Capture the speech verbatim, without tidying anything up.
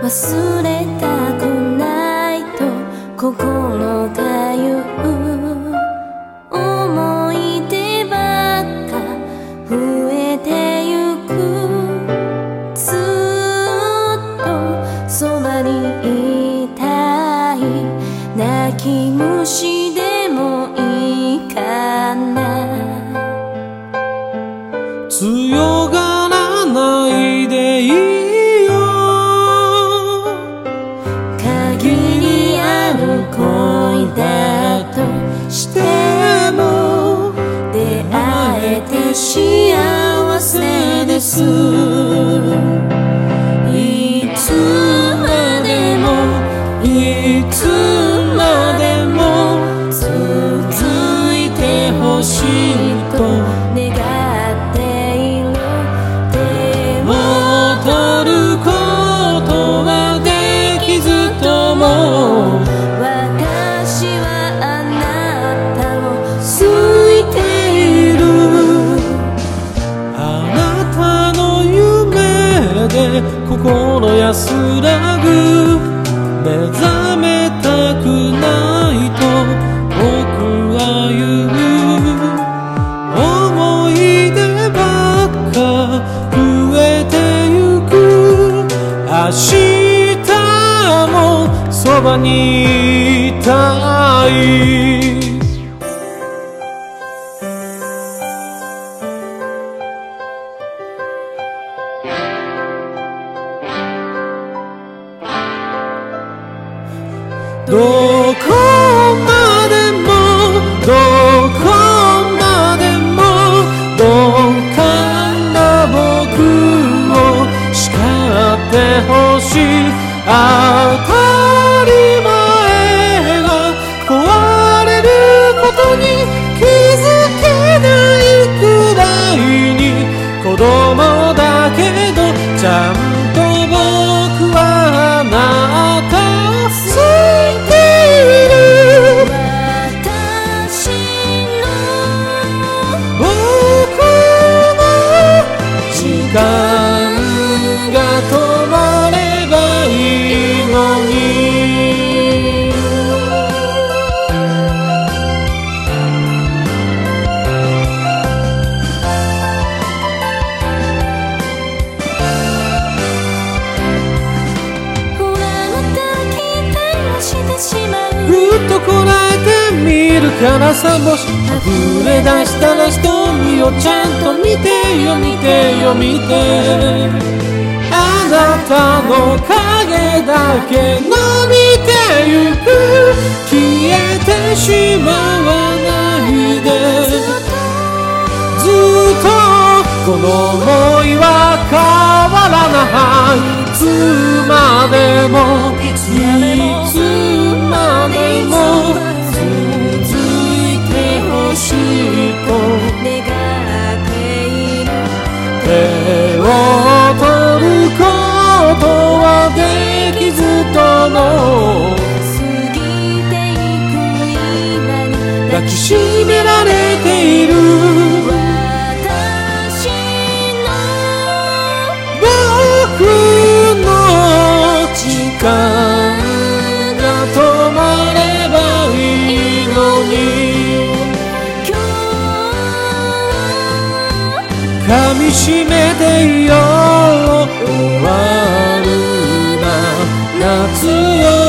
忘れたくないと心が言う。思い出ばっか増えてゆく。ずっとそばにいたい。泣き虫でもいいかな。 強がらないでいいよ。 限りある恋だとしても出会えて幸せです。いつまでもいつまでも続いてほしいと願っている。手を取ることはできずとも私はあなたを好いている。 あなたの夢で心安らぐ。目覚めたくないと僕は言う。思い出ばっか増えてゆく。明日もそばにいたい。どこまでもどこまでもどうかな僕を叱ってほしい。当たり前が壊れることに気づけないくらいに子供だけどちゃんと僕はあなたを好いている。 私の僕の時間が止まればいいのに。 ほらまた期待をしてしまう。 ぐっとこらえて見るからさ。もし溢れ出したら瞳をちゃんと見てよ見てよ見て。あなたの影だけ伸びてゆく。消えてしまわないで。ずっとこの想いは変わらない。いつまでもいつまでも続いてほしいと願っている。 手を取ることはできずとも過ぎていく今に抱きしめられている。 私の僕の時間が止まればいいのに。噛みしめてよ終わるな夏よ。